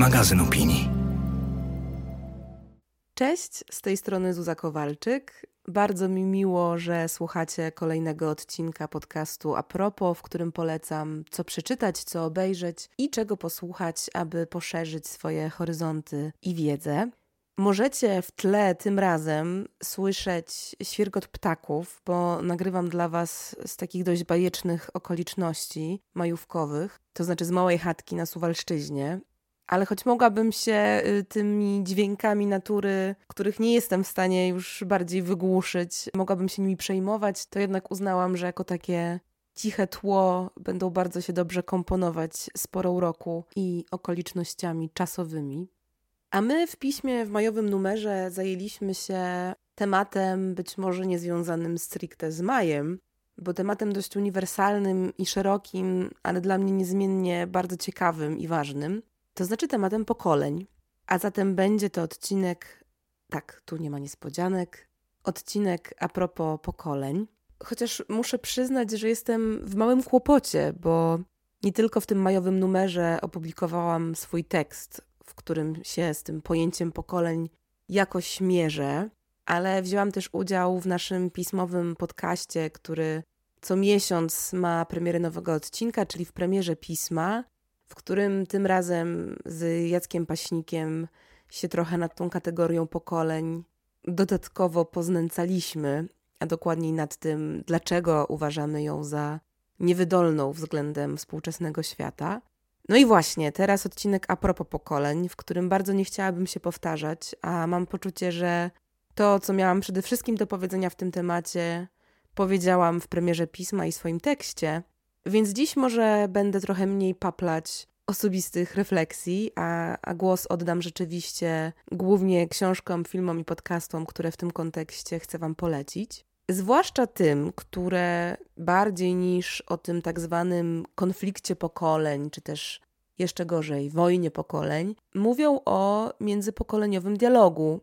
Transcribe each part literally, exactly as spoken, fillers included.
magazyn opinii. Cześć, z tej strony Zuza Kowalczyk. Bardzo mi miło, że słuchacie kolejnego odcinka podcastu A propos, w którym polecam co przeczytać, co obejrzeć i czego posłuchać, aby poszerzyć swoje horyzonty i wiedzę. Możecie w tle tym razem słyszeć świergot ptaków, bo nagrywam dla Was z takich dość bajecznych okoliczności majówkowych, to znaczy z małej chatki na Suwalszczyźnie. Ale choć mogłabym się tymi dźwiękami natury, których nie jestem w stanie już bardziej wygłuszyć, mogłabym się nimi przejmować, to jednak uznałam, że jako takie ciche tło będą bardzo się dobrze komponować z porą roku i okolicznościami czasowymi. A my w piśmie w majowym numerze zajęliśmy się tematem być może niezwiązanym stricte z majem, bo tematem dość uniwersalnym i szerokim, ale dla mnie niezmiennie bardzo ciekawym i ważnym. To znaczy tematem pokoleń. A zatem będzie to odcinek, tak, tu nie ma niespodzianek, odcinek a propos pokoleń. Chociaż muszę przyznać, że jestem w małym kłopocie, bo nie tylko w tym majowym numerze opublikowałam swój tekst, w którym się z tym pojęciem pokoleń jakoś mierzę, ale wzięłam też udział w naszym pismowym podcaście, który co miesiąc ma premierę nowego odcinka, czyli w premierze pisma, w którym tym razem z Jackiem Paśnikiem się trochę nad tą kategorią pokoleń dodatkowo poznęcaliśmy, a dokładniej nad tym, dlaczego uważamy ją za niewydolną względem współczesnego świata. No i właśnie, teraz odcinek a propos pokoleń, w którym bardzo nie chciałabym się powtarzać, a mam poczucie, że to, co miałam przede wszystkim do powiedzenia w tym temacie, powiedziałam w premierze pisma i swoim tekście. Więc dziś może będę trochę mniej paplać osobistych refleksji, a, a głos oddam rzeczywiście głównie książkom, filmom i podcastom, które w tym kontekście chcę Wam polecić. Zwłaszcza tym, które bardziej niż o tym tak zwanym konflikcie pokoleń, czy też jeszcze gorzej, wojnie pokoleń, mówią o międzypokoleniowym dialogu,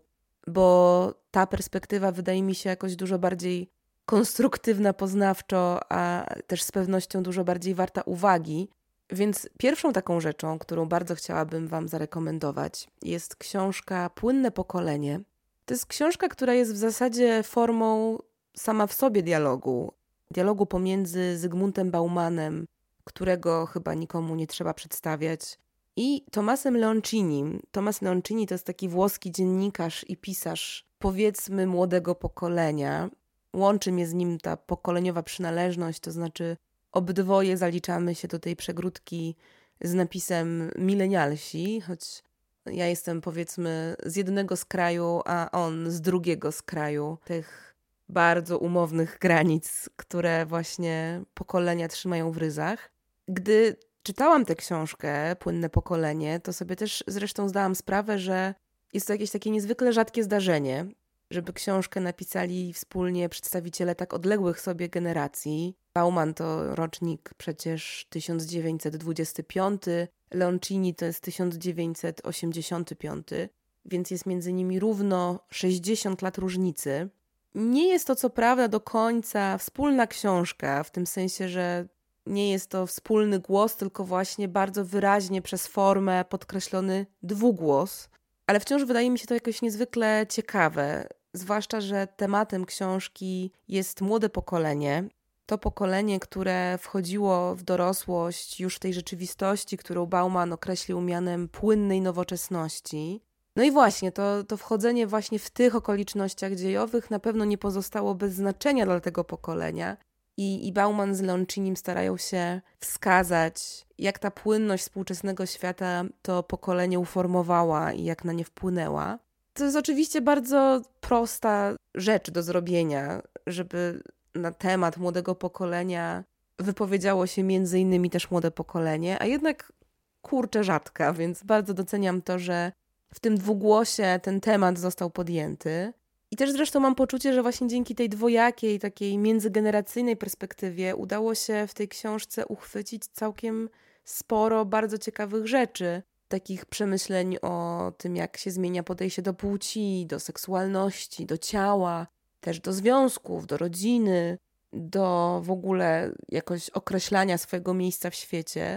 bo ta perspektywa wydaje mi się jakoś dużo bardziej konstruktywna poznawczo, a też z pewnością dużo bardziej warta uwagi. Więc pierwszą taką rzeczą, którą bardzo chciałabym Wam zarekomendować, jest książka Płynne pokolenie. To jest książka, która jest w zasadzie formą sama w sobie dialogu. Dialogu pomiędzy Zygmuntem Baumanem, którego chyba nikomu nie trzeba przedstawiać, i Tomasem Leoncinim. Tomas Leoncini to jest taki włoski dziennikarz i pisarz, powiedzmy, młodego pokolenia. Łączy mnie z nim ta pokoleniowa przynależność, to znaczy obydwoje zaliczamy się do tej przegródki z napisem milenialsi, choć ja jestem powiedzmy z jednego z kraju, a on z drugiego z kraju tych bardzo umownych granic, które właśnie pokolenia trzymają w ryzach. Gdy czytałam tę książkę, Płynne pokolenie, to sobie też zresztą zdałam sprawę, że jest to jakieś takie niezwykle rzadkie zdarzenie, żeby książkę napisali wspólnie przedstawiciele tak odległych sobie generacji. Bauman to rocznik przecież tysiąc dziewięćset dwudziesty piąty, Leoncini to jest tysiąc dziewięćset osiemdziesiąty piąty, więc jest między nimi równo sześćdziesiąt lat różnicy. Nie jest to co prawda do końca wspólna książka, w tym sensie, że nie jest to wspólny głos, tylko właśnie bardzo wyraźnie przez formę podkreślony dwugłos. Ale wciąż wydaje mi się to jakoś niezwykle ciekawe, zwłaszcza, że tematem książki jest młode pokolenie. To pokolenie, które wchodziło w dorosłość już w tej rzeczywistości, którą Bauman określił mianem płynnej nowoczesności. No i właśnie, to, to wchodzenie właśnie w tych okolicznościach dziejowych na pewno nie pozostało bez znaczenia dla tego pokolenia. I, i Bauman z Leoncinim starają się wskazać, jak ta płynność współczesnego świata to pokolenie uformowała i jak na nie wpłynęła. To jest oczywiście bardzo prosta rzecz do zrobienia, żeby na temat młodego pokolenia wypowiedziało się między innymi też młode pokolenie, a jednak kurczę rzadka, więc bardzo doceniam to, że w tym dwugłosie ten temat został podjęty. I też zresztą mam poczucie, że właśnie dzięki tej dwojakiej, takiej międzygeneracyjnej perspektywie udało się w tej książce uchwycić całkiem sporo bardzo ciekawych rzeczy. Takich przemyśleń o tym, jak się zmienia podejście do płci, do seksualności, do ciała, też do związków, do rodziny, do w ogóle jakoś określania swojego miejsca w świecie.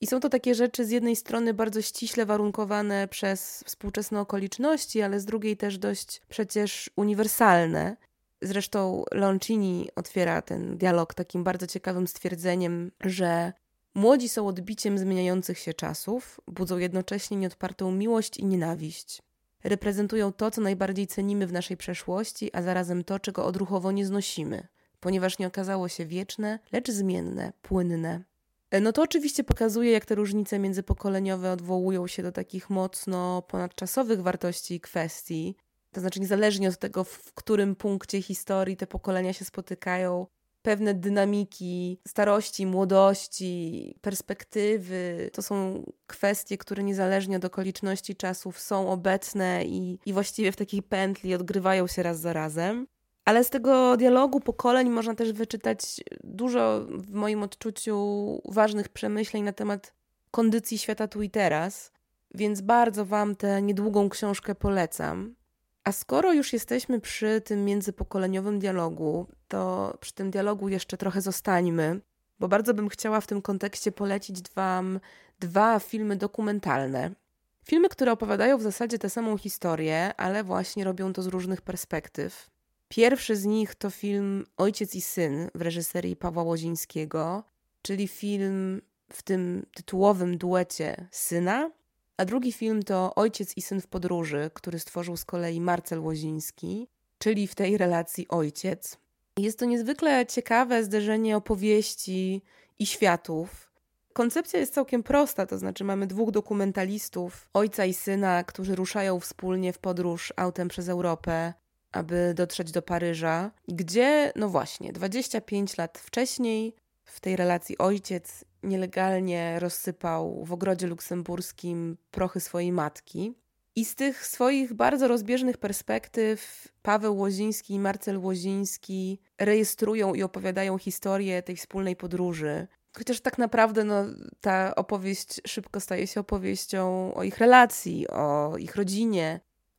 I są to takie rzeczy z jednej strony bardzo ściśle warunkowane przez współczesne okoliczności, ale z drugiej też dość przecież uniwersalne. Zresztą Leoncini otwiera ten dialog takim bardzo ciekawym stwierdzeniem, że młodzi są odbiciem zmieniających się czasów, budzą jednocześnie nieodpartą miłość i nienawiść. Reprezentują to, co najbardziej cenimy w naszej przeszłości, a zarazem to, czego odruchowo nie znosimy, ponieważ nie okazało się wieczne, lecz zmienne, płynne. No to oczywiście pokazuje, jak te różnice międzypokoleniowe odwołują się do takich mocno ponadczasowych wartości i kwestii. To znaczy niezależnie od tego, w którym punkcie historii te pokolenia się spotykają, pewne dynamiki starości, młodości, perspektywy, to są kwestie, które niezależnie od okoliczności czasów są obecne i, i właściwie w takiej pętli odgrywają się raz za razem. Ale z tego dialogu pokoleń można też wyczytać dużo, w moim odczuciu, ważnych przemyśleń na temat kondycji świata tu i teraz, więc bardzo Wam tę niedługą książkę polecam. A skoro już jesteśmy przy tym międzypokoleniowym dialogu, to przy tym dialogu jeszcze trochę zostańmy, bo bardzo bym chciała w tym kontekście polecić Wam dwa filmy dokumentalne. Filmy, które opowiadają w zasadzie tę samą historię, ale właśnie robią to z różnych perspektyw. Pierwszy z nich to film Ojciec i syn w reżyserii Pawła Łozińskiego, czyli film w tym tytułowym duecie syna, a drugi film to Ojciec i syn w podróży, który stworzył z kolei Marcel Łoziński, czyli w tej relacji ojciec. Jest to niezwykle ciekawe zderzenie opowieści i światów. Koncepcja jest całkiem prosta, to znaczy mamy dwóch dokumentalistów, ojca i syna, którzy ruszają wspólnie w podróż autem przez Europę, aby dotrzeć do Paryża, gdzie, no właśnie, dwadzieścia pięć lat wcześniej w tej relacji ojciec nielegalnie rozsypał w ogrodzie luksemburskim prochy swojej matki. I z tych swoich bardzo rozbieżnych perspektyw Paweł Łoziński i Marcel Łoziński rejestrują i opowiadają historię tej wspólnej podróży. Chociaż tak naprawdę no, ta opowieść szybko staje się opowieścią o ich relacji, o ich rodzinie,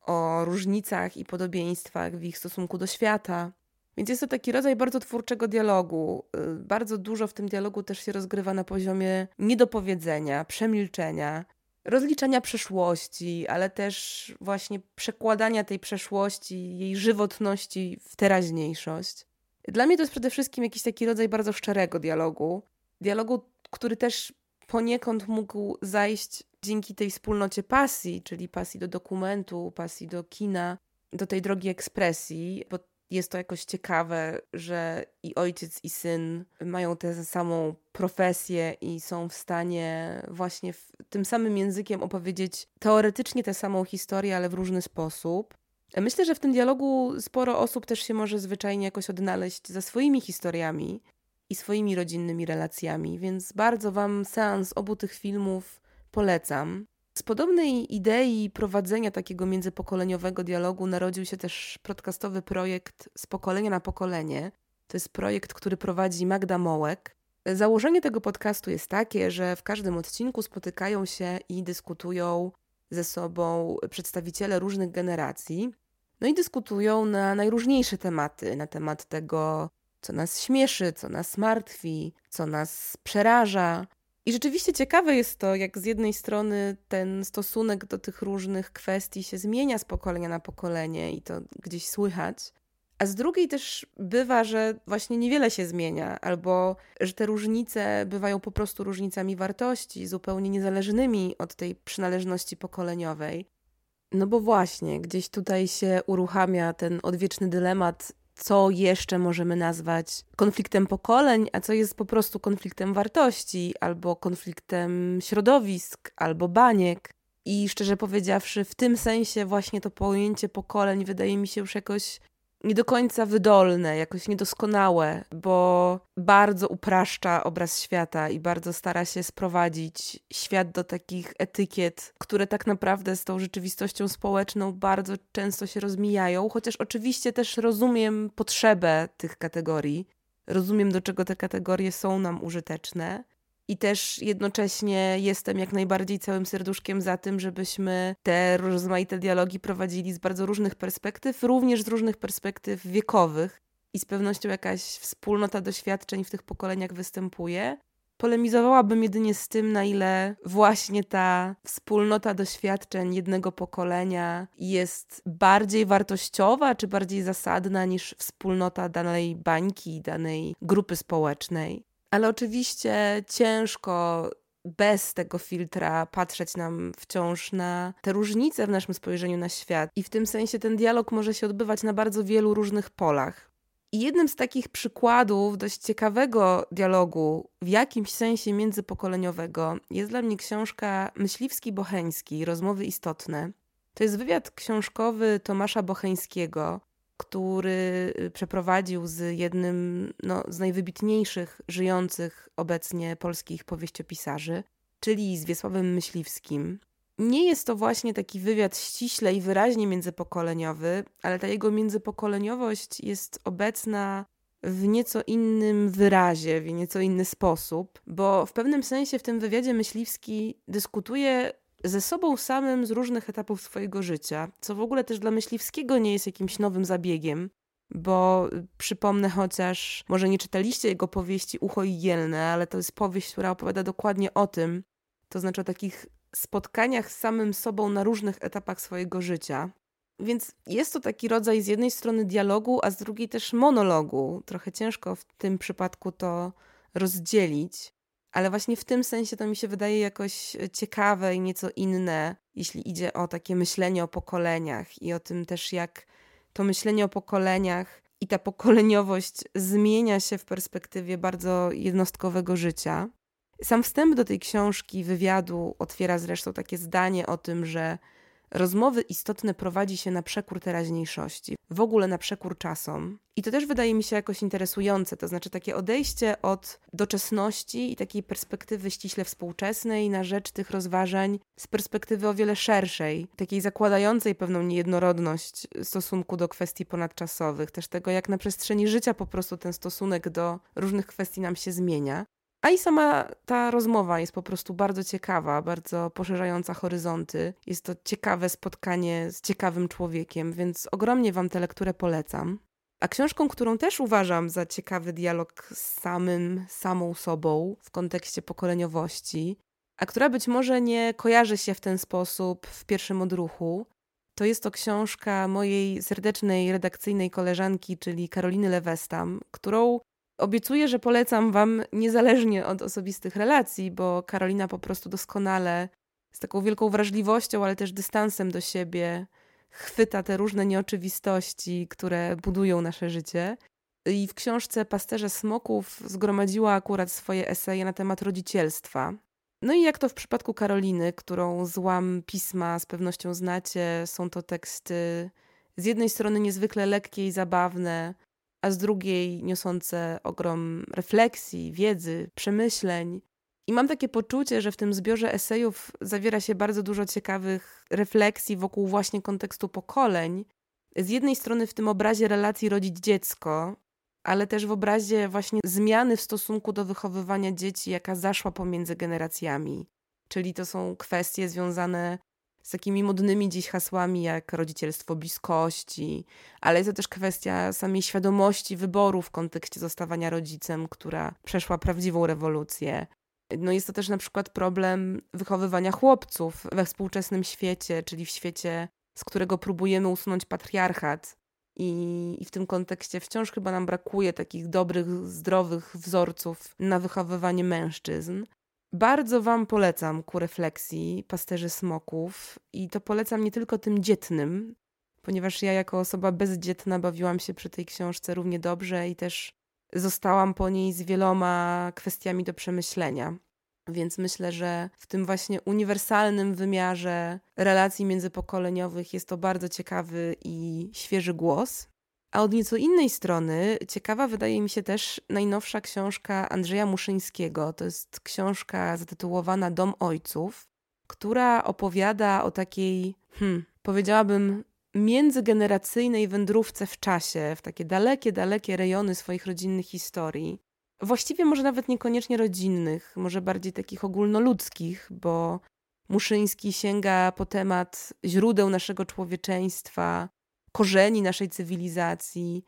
o różnicach i podobieństwach w ich stosunku do świata. Więc jest to taki rodzaj bardzo twórczego dialogu. Bardzo dużo w tym dialogu też się rozgrywa na poziomie niedopowiedzenia, przemilczenia, rozliczania przeszłości, ale też właśnie przekładania tej przeszłości, jej żywotności w teraźniejszość. Dla mnie to jest przede wszystkim jakiś taki rodzaj bardzo szczerego dialogu. Dialogu, który też poniekąd mógł zajść dzięki tej wspólnocie pasji, czyli pasji do dokumentu, pasji do kina, do tej drogi ekspresji, bo jest to jakoś ciekawe, że i ojciec, i syn mają tę samą profesję i są w stanie właśnie w tym samym językiem opowiedzieć teoretycznie tę samą historię, ale w różny sposób. Myślę, że w tym dialogu sporo osób też się może zwyczajnie jakoś odnaleźć ze swoimi historiami i swoimi rodzinnymi relacjami, więc bardzo Wam seans obu tych filmów polecam. Z podobnej idei prowadzenia takiego międzypokoleniowego dialogu narodził się też podcastowy projekt Z pokolenia na pokolenie. To jest projekt, który prowadzi Magda Mołek. Założenie tego podcastu jest takie, że w każdym odcinku spotykają się i dyskutują ze sobą przedstawiciele różnych generacji. No i dyskutują na najróżniejsze tematy, na temat tego, co nas śmieszy, co nas martwi, co nas przeraża. I rzeczywiście ciekawe jest to, jak z jednej strony ten stosunek do tych różnych kwestii się zmienia z pokolenia na pokolenie i to gdzieś słychać, a z drugiej też bywa, że właśnie niewiele się zmienia, albo że te różnice bywają po prostu różnicami wartości, zupełnie niezależnymi od tej przynależności pokoleniowej. No bo właśnie, gdzieś tutaj się uruchamia ten odwieczny dylemat, co jeszcze możemy nazwać konfliktem pokoleń, a co jest po prostu konfliktem wartości, albo konfliktem środowisk, albo baniek. I szczerze powiedziawszy, w tym sensie właśnie to pojęcie pokoleń wydaje mi się już jakoś nie do końca wydolne, jakoś niedoskonałe, bo bardzo upraszcza obraz świata i bardzo stara się sprowadzić świat do takich etykiet, które tak naprawdę z tą rzeczywistością społeczną bardzo często się rozmijają, chociaż oczywiście też rozumiem potrzebę tych kategorii, rozumiem, do czego te kategorie są nam użyteczne. I też jednocześnie jestem jak najbardziej całym serduszkiem za tym, żebyśmy te rozmaite dialogi prowadzili z bardzo różnych perspektyw, również z różnych perspektyw wiekowych. I z pewnością jakaś wspólnota doświadczeń w tych pokoleniach występuje. Polemizowałabym jedynie z tym, na ile właśnie ta wspólnota doświadczeń jednego pokolenia jest bardziej wartościowa czy bardziej zasadna niż wspólnota danej bańki, danej grupy społecznej. Ale oczywiście ciężko bez tego filtra patrzeć nam wciąż na te różnice w naszym spojrzeniu na świat. I w tym sensie ten dialog może się odbywać na bardzo wielu różnych polach. I jednym z takich przykładów dość ciekawego dialogu, w jakimś sensie międzypokoleniowego, jest dla mnie książka Myśliwski-Bocheński, Rozmowy istotne. To jest wywiad książkowy Tomasza Bocheńskiego, który przeprowadził z jednym no, z najwybitniejszych żyjących obecnie polskich powieściopisarzy, czyli z Wiesławem Myśliwskim. Nie jest to właśnie taki wywiad ściśle i wyraźnie międzypokoleniowy, ale ta jego międzypokoleniowość jest obecna w nieco innym wyrazie, w nieco inny sposób, bo w pewnym sensie w tym wywiadzie Myśliwski dyskutuje ze sobą samym z różnych etapów swojego życia, co w ogóle też dla Myśliwskiego nie jest jakimś nowym zabiegiem, bo przypomnę chociaż, może nie czytaliście jego powieści Ucho Igielne, ale to jest powieść, która opowiada dokładnie o tym, to znaczy o takich spotkaniach z samym sobą na różnych etapach swojego życia. Więc jest to taki rodzaj z jednej strony dialogu, a z drugiej też monologu. Trochę ciężko w tym przypadku to rozdzielić, ale właśnie w tym sensie to mi się wydaje jakoś ciekawe i nieco inne, jeśli idzie o takie myślenie o pokoleniach i o tym też, jak to myślenie o pokoleniach i ta pokoleniowość zmienia się w perspektywie bardzo jednostkowego życia. Sam wstęp do tej książki, wywiadu otwiera zresztą takie zdanie o tym, że rozmowy istotne prowadzi się na przekór teraźniejszości, w ogóle na przekór czasom. I to też wydaje mi się jakoś interesujące, to znaczy takie odejście od doczesności i takiej perspektywy ściśle współczesnej na rzecz tych rozważań z perspektywy o wiele szerszej, takiej zakładającej pewną niejednorodność w stosunku do kwestii ponadczasowych, też tego, jak na przestrzeni życia po prostu ten stosunek do różnych kwestii nam się zmienia. A i sama ta rozmowa jest po prostu bardzo ciekawa, bardzo poszerzająca horyzonty. Jest to ciekawe spotkanie z ciekawym człowiekiem, więc ogromnie wam tę lekturę polecam. A książką, którą też uważam za ciekawy dialog z samym, samą sobą w kontekście pokoleniowości, a która być może nie kojarzy się w ten sposób w pierwszym odruchu, to jest to książka mojej serdecznej redakcyjnej koleżanki, czyli Karoliny Lewestam, którą obiecuję, że polecam wam niezależnie od osobistych relacji, bo Karolina po prostu doskonale, z taką wielką wrażliwością, ale też dystansem do siebie chwyta te różne nieoczywistości, które budują nasze życie. I w książce Pasterze Smoków zgromadziła akurat swoje eseje na temat rodzicielstwa. No i jak to w przypadku Karoliny, którą z łam pisma z pewnością znacie, są to teksty z jednej strony niezwykle lekkie i zabawne, a z drugiej niosące ogrom refleksji, wiedzy, przemyśleń. I mam takie poczucie, że w tym zbiorze esejów zawiera się bardzo dużo ciekawych refleksji wokół właśnie kontekstu pokoleń. Z jednej strony w tym obrazie relacji rodzic-dziecko, ale też w obrazie właśnie zmiany w stosunku do wychowywania dzieci, jaka zaszła pomiędzy generacjami. Czyli to są kwestie związane z takimi modnymi dziś hasłami jak rodzicielstwo bliskości, ale jest to też kwestia samej świadomości wyboru w kontekście zostawania rodzicem, która przeszła prawdziwą rewolucję. No jest to też na przykład problem wychowywania chłopców we współczesnym świecie, czyli w świecie, z którego próbujemy usunąć patriarchat. I, I w tym kontekście wciąż chyba nam brakuje takich dobrych, zdrowych wzorców na wychowywanie mężczyzn. Bardzo wam polecam ku refleksji Pasterzy Smoków i to polecam nie tylko tym dzietnym, ponieważ ja jako osoba bezdzietna bawiłam się przy tej książce równie dobrze i też zostałam po niej z wieloma kwestiami do przemyślenia. Więc myślę, że w tym właśnie uniwersalnym wymiarze relacji międzypokoleniowych jest to bardzo ciekawy i świeży głos. A od nieco innej strony ciekawa wydaje mi się też najnowsza książka Andrzeja Muszyńskiego. To jest książka zatytułowana Dom Ojców, która opowiada o takiej, hmm, powiedziałabym, międzygeneracyjnej wędrówce w czasie, w takie dalekie, dalekie rejony swoich rodzinnych historii. Właściwie może nawet niekoniecznie rodzinnych, może bardziej takich ogólnoludzkich, bo Muszyński sięga po temat źródeł naszego człowieczeństwa, korzeni naszej cywilizacji,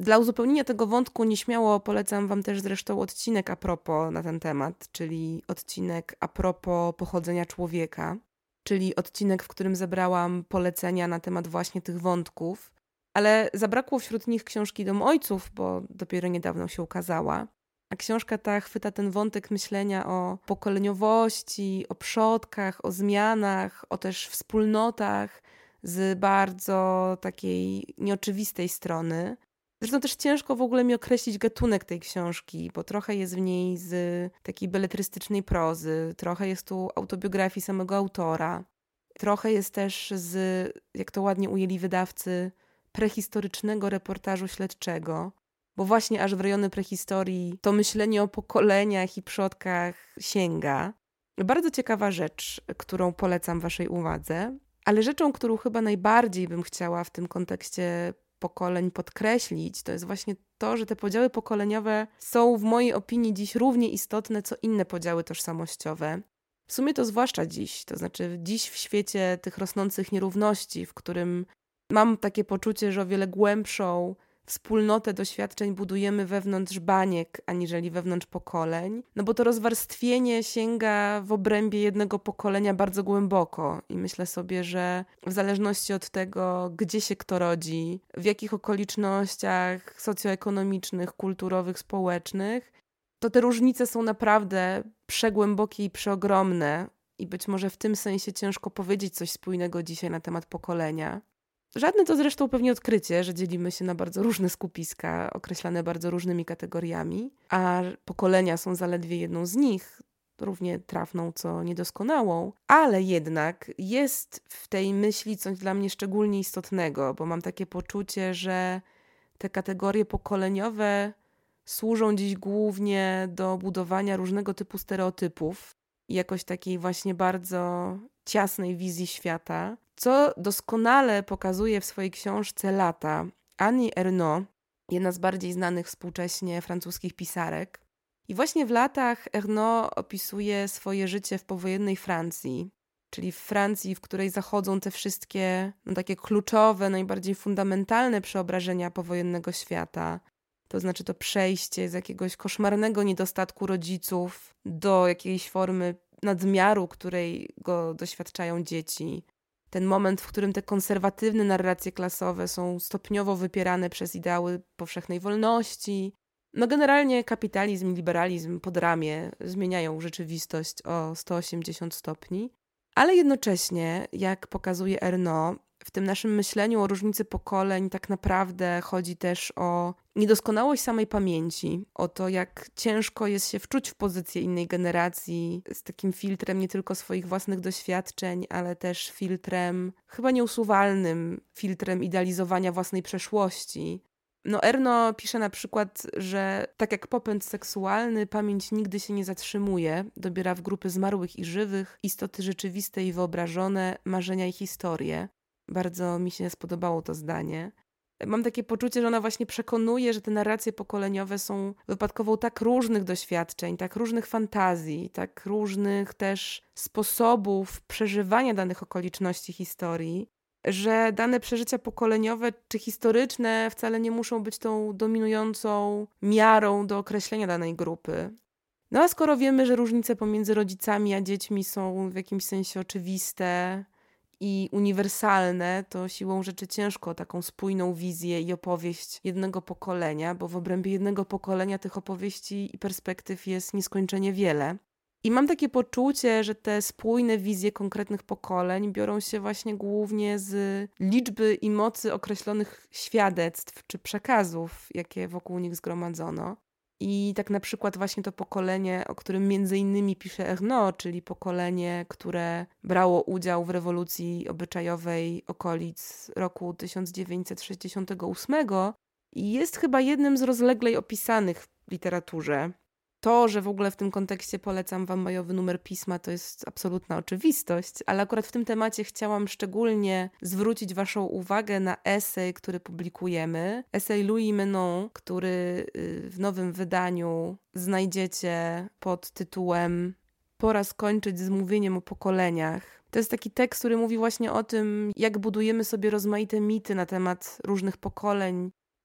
Dla uzupełnienia tego wątku nieśmiało polecam wam też zresztą odcinek a propos na ten temat, czyli odcinek a propos pochodzenia człowieka, czyli odcinek, w którym zebrałam polecenia na temat właśnie tych wątków, ale zabrakło wśród nich książki Dom Ojców, bo dopiero niedawno się ukazała. A książka ta chwyta ten wątek myślenia o pokoleniowości, o przodkach, o zmianach, o też wspólnotach z bardzo takiej nieoczywistej strony. Zresztą też ciężko w ogóle mi określić gatunek tej książki, bo trochę jest w niej z takiej beletrystycznej prozy, trochę jest tu autobiografii samego autora, trochę jest też z, jak to ładnie ujęli wydawcy, prehistorycznego reportażu śledczego, bo właśnie aż w rejony prehistorii to myślenie o pokoleniach i przodkach sięga. Bardzo ciekawa rzecz, którą polecam waszej uwadze, ale rzeczą, którą chyba najbardziej bym chciała w tym kontekście pokoleń podkreślić, to jest właśnie to, że te podziały pokoleniowe są w mojej opinii dziś równie istotne, co inne podziały tożsamościowe. W sumie to zwłaszcza dziś, to znaczy dziś w świecie tych rosnących nierówności, w którym mam takie poczucie, że o wiele głębszą wspólnotę doświadczeń budujemy wewnątrz baniek, aniżeli wewnątrz pokoleń, no bo to rozwarstwienie sięga w obrębie jednego pokolenia bardzo głęboko i myślę sobie, że w zależności od tego, gdzie się kto rodzi, w jakich okolicznościach socjoekonomicznych, kulturowych, społecznych, to te różnice są naprawdę przegłębokie i przeogromne i być może w tym sensie ciężko powiedzieć coś spójnego dzisiaj na temat pokolenia. Żadne to zresztą pewnie odkrycie, że dzielimy się na bardzo różne skupiska, określane bardzo różnymi kategoriami, a pokolenia są zaledwie jedną z nich, równie trafną, co niedoskonałą, ale jednak jest w tej myśli coś dla mnie szczególnie istotnego, bo mam takie poczucie, że te kategorie pokoleniowe służą dziś głównie do budowania różnego typu stereotypów i jakoś takiej właśnie bardzo ciasnej wizji świata, co doskonale pokazuje w swojej książce Lata Annie Ernaux, jedna z bardziej znanych współcześnie francuskich pisarek. I właśnie w Latach Ernaux opisuje swoje życie w powojennej Francji, czyli w Francji, w której zachodzą te wszystkie no, takie kluczowe, najbardziej fundamentalne przeobrażenia powojennego świata. To znaczy to przejście z jakiegoś koszmarnego niedostatku rodziców do jakiejś formy nadmiaru, której go doświadczają dzieci. Ten moment, w którym te konserwatywne narracje klasowe są stopniowo wypierane przez ideały powszechnej wolności. No generalnie kapitalizm i liberalizm pod ramię zmieniają rzeczywistość o sto osiemdziesiąt stopni, ale jednocześnie, jak pokazuje Ernaux, w tym naszym myśleniu o różnicy pokoleń tak naprawdę chodzi też o niedoskonałość samej pamięci, o to, jak ciężko jest się wczuć w pozycję innej generacji z takim filtrem nie tylko swoich własnych doświadczeń, ale też filtrem chyba nieusuwalnym, filtrem idealizowania własnej przeszłości. No Ernaux pisze na przykład, że tak jak popęd seksualny, pamięć nigdy się nie zatrzymuje, dobiera w grupy zmarłych i żywych, istoty rzeczywiste i wyobrażone, marzenia i historie. Bardzo mi się spodobało to zdanie. Mam takie poczucie, że ona właśnie przekonuje, że te narracje pokoleniowe są wypadkową tak różnych doświadczeń, tak różnych fantazji, tak różnych też sposobów przeżywania danych okoliczności historii, że dane przeżycia pokoleniowe czy historyczne wcale nie muszą być tą dominującą miarą do określenia danej grupy. No a skoro wiemy, że różnice pomiędzy rodzicami a dziećmi są w jakimś sensie oczywiste i uniwersalne, to siłą rzeczy ciężko o taką spójną wizję i opowieść jednego pokolenia, bo w obrębie jednego pokolenia tych opowieści i perspektyw jest nieskończenie wiele. I mam takie poczucie, że te spójne wizje konkretnych pokoleń biorą się właśnie głównie z liczby i mocy określonych świadectw czy przekazów, jakie wokół nich zgromadzono. I tak na przykład właśnie to pokolenie, o którym między innymi pisze Ernaux, czyli pokolenie, które brało udział w rewolucji obyczajowej okolic roku tysiąc dziewięćset sześćdziesiątego ósmego, jest chyba jednym z rozleglej opisanych w literaturze. To, że w ogóle w tym kontekście polecam wam majowy numer pisma, to jest absolutna oczywistość, ale akurat w tym temacie chciałam szczególnie zwrócić waszą uwagę na esej, który publikujemy. Esej Louis Menon, który w nowym wydaniu znajdziecie pod tytułem Pora skończyć z mówieniem o pokoleniach. To jest taki tekst, który mówi właśnie o tym, jak budujemy sobie rozmaite mity na temat różnych pokoleń,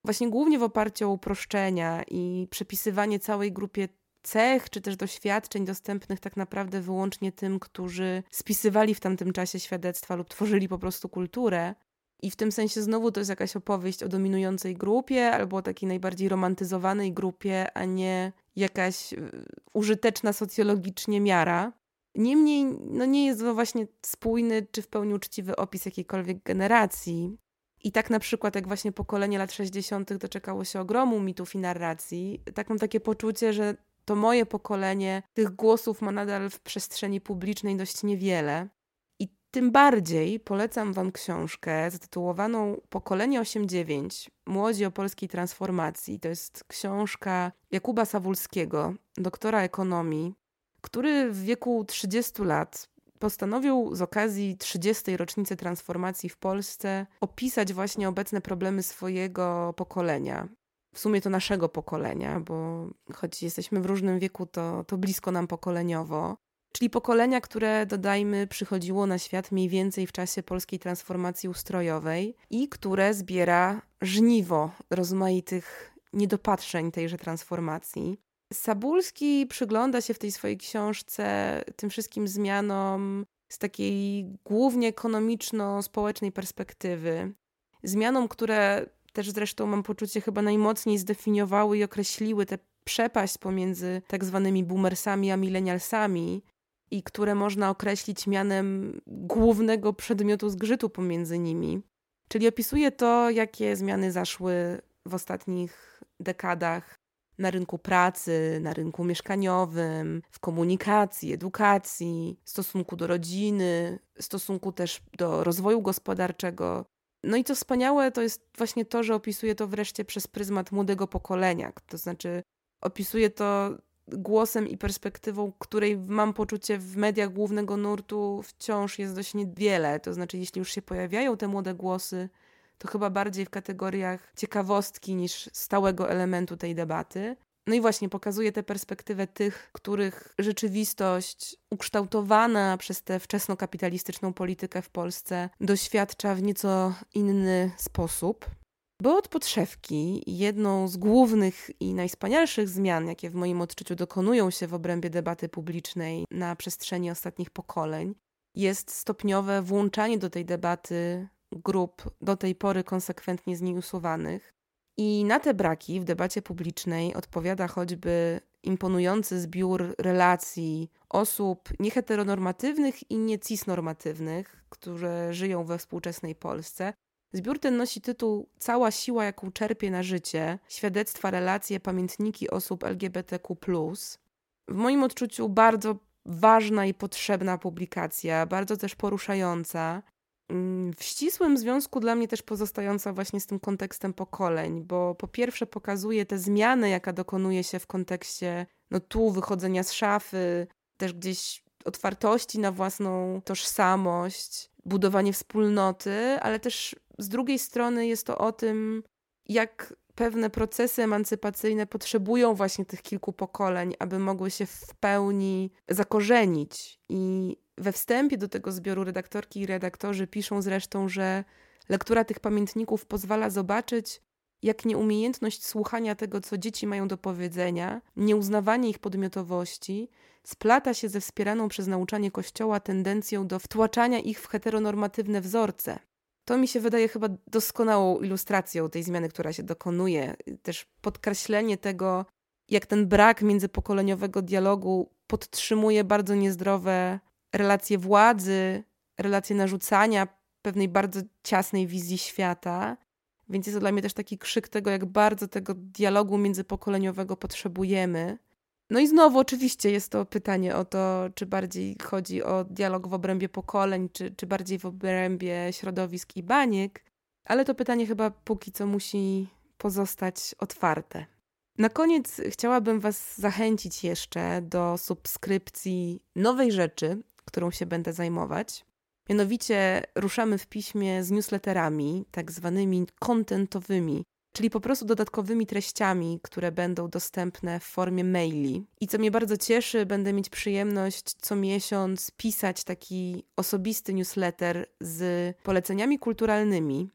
właśnie głównie w oparciu o uproszczenia i przypisywanie całej grupie cech czy też doświadczeń dostępnych tak naprawdę wyłącznie tym, którzy spisywali w tamtym czasie świadectwa lub tworzyli po prostu kulturę. I w tym sensie znowu to jest jakaś opowieść o dominującej grupie albo o takiej najbardziej romantyzowanej grupie, a nie jakaś użyteczna socjologicznie miara. Niemniej no nie jest to właśnie spójny czy w pełni uczciwy opis jakiejkolwiek generacji. I tak na przykład jak właśnie pokolenie lat sześćdziesiątych doczekało się ogromu mitów i narracji, tak mam takie poczucie, że to moje pokolenie tych głosów ma nadal w przestrzeni publicznej dość niewiele. I tym bardziej polecam wam książkę zatytułowaną Pokolenie osiemdziesiąt dziewięć. Młodzi o polskiej transformacji. To jest książka Jakuba Sawulskiego, doktora ekonomii, który w wieku trzydziestu lat postanowił z okazji trzydziestej rocznicy transformacji w Polsce opisać właśnie obecne problemy swojego pokolenia. W sumie to naszego pokolenia, bo choć jesteśmy w różnym wieku, to, to blisko nam pokoleniowo. Czyli pokolenia, które, dodajmy, przychodziło na świat mniej więcej w czasie polskiej transformacji ustrojowej i które zbiera żniwo rozmaitych niedopatrzeń tejże transformacji. Sabulski przygląda się w tej swojej książce tym wszystkim zmianom z takiej głównie ekonomiczno-społecznej perspektywy. Zmianom, które też zresztą mam poczucie chyba najmocniej zdefiniowały i określiły tę przepaść pomiędzy tak zwanymi boomersami a milenialsami i które można określić mianem głównego przedmiotu zgrzytu pomiędzy nimi. Czyli opisuje to, jakie zmiany zaszły w ostatnich dekadach na rynku pracy, na rynku mieszkaniowym, w komunikacji, edukacji, stosunku do rodziny, stosunku też do rozwoju gospodarczego. No i co wspaniałe, to jest właśnie to, że opisuje to wreszcie przez pryzmat młodego pokolenia. To znaczy opisuje to głosem i perspektywą, której mam poczucie w mediach głównego nurtu wciąż jest dość niewiele. To znaczy jeśli już się pojawiają te młode głosy, to chyba bardziej w kategoriach ciekawostki niż stałego elementu tej debaty. No i właśnie pokazuje tę perspektywę tych, których rzeczywistość ukształtowana przez tę wczesnokapitalistyczną politykę w Polsce doświadcza w nieco inny sposób. Bo od podszewki jedną z głównych i najwspanialszych zmian, jakie w moim odczuciu dokonują się w obrębie debaty publicznej na przestrzeni ostatnich pokoleń, jest stopniowe włączanie do tej debaty grup do tej pory konsekwentnie z niej usuwanych. I na te braki w debacie publicznej odpowiada choćby imponujący zbiór relacji osób nieheteronormatywnych i nie cisnormatywnych, które żyją we współczesnej Polsce. Zbiór ten nosi tytuł Cała siła, jaką czerpie na życie. Świadectwa, relacje, pamiętniki osób L G B T Q plus. W moim odczuciu bardzo ważna i potrzebna publikacja, bardzo też poruszająca. W ścisłym związku dla mnie też pozostająca właśnie z tym kontekstem pokoleń, bo po pierwsze pokazuje tę zmianę, jaka dokonuje się w kontekście no tu wychodzenia z szafy, też gdzieś otwartości na własną tożsamość, budowanie wspólnoty, ale też z drugiej strony jest to o tym, jak pewne procesy emancypacyjne potrzebują właśnie tych kilku pokoleń, aby mogły się w pełni zakorzenić. I we wstępie do tego zbioru redaktorki i redaktorzy piszą zresztą, że lektura tych pamiętników pozwala zobaczyć, jak nieumiejętność słuchania tego, co dzieci mają do powiedzenia, nieuznawanie ich podmiotowości, splata się ze wspieraną przez nauczanie Kościoła tendencją do wtłaczania ich w heteronormatywne wzorce. To mi się wydaje chyba doskonałą ilustracją tej zmiany, która się dokonuje. Też podkreślenie tego, jak ten brak międzypokoleniowego dialogu podtrzymuje bardzo niezdrowe relacje władzy, relacje narzucania pewnej bardzo ciasnej wizji świata. Więc jest to dla mnie też taki krzyk tego, jak bardzo tego dialogu międzypokoleniowego potrzebujemy. No i znowu oczywiście jest to pytanie o to, czy bardziej chodzi o dialog w obrębie pokoleń, czy, czy bardziej w obrębie środowisk i baniek, ale to pytanie chyba póki co musi pozostać otwarte. Na koniec chciałabym was zachęcić jeszcze do subskrypcji nowej rzeczy, którą się będę zajmować. Mianowicie ruszamy w piśmie z newsletterami, tak zwanymi contentowymi, czyli po prostu dodatkowymi treściami, które będą dostępne w formie maili. I co mnie bardzo cieszy, będę mieć przyjemność co miesiąc pisać taki osobisty newsletter z poleceniami kulturalnymi.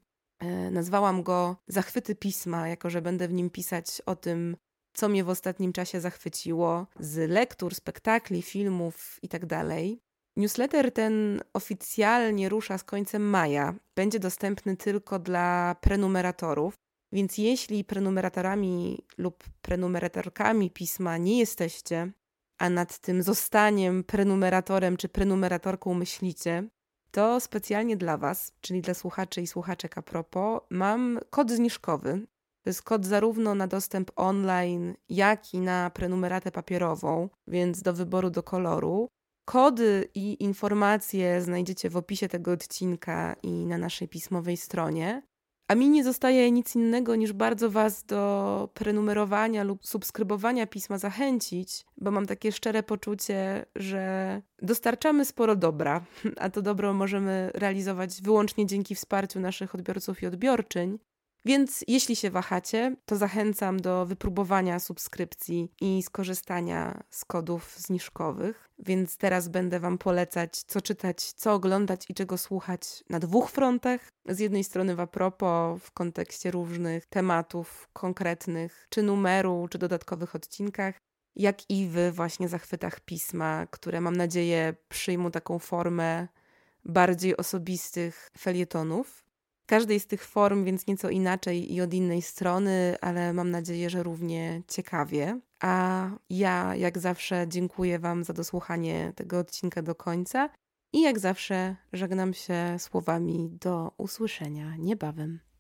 Nazwałam go Zachwyty pisma, jako że będę w nim pisać o tym, co mnie w ostatnim czasie zachwyciło, z lektur, spektakli, filmów itd. Newsletter ten oficjalnie rusza z końcem maja. Będzie dostępny tylko dla prenumeratorów, więc jeśli prenumeratorami lub prenumeratorkami pisma nie jesteście, a nad tym zostaniem prenumeratorem czy prenumeratorką myślicie, to specjalnie dla Was, czyli dla słuchaczy i słuchaczek a propos, mam kod zniżkowy. To jest kod zarówno na dostęp online, jak i na prenumeratę papierową, więc do wyboru do koloru. Kody i informacje znajdziecie w opisie tego odcinka i na naszej pismowej stronie. A mi nie zostaje nic innego niż bardzo Was do prenumerowania lub subskrybowania pisma zachęcić, bo mam takie szczere poczucie, że dostarczamy sporo dobra, a to dobro możemy realizować wyłącznie dzięki wsparciu naszych odbiorców i odbiorczyń. Więc jeśli się wahacie, to zachęcam do wypróbowania subskrypcji i skorzystania z kodów zniżkowych. Więc teraz będę Wam polecać, co czytać, co oglądać i czego słuchać na dwóch frontach. Z jednej strony w a propos, w kontekście różnych tematów konkretnych, czy numeru, czy dodatkowych odcinkach, jak i w właśnie zachwytach pisma, które mam nadzieję przyjmą taką formę bardziej osobistych felietonów. Każdej z tych form więc nieco inaczej i od innej strony, ale mam nadzieję, że równie ciekawie. A ja jak zawsze dziękuję Wam za dosłuchanie tego odcinka do końca i jak zawsze żegnam się słowami do usłyszenia niebawem.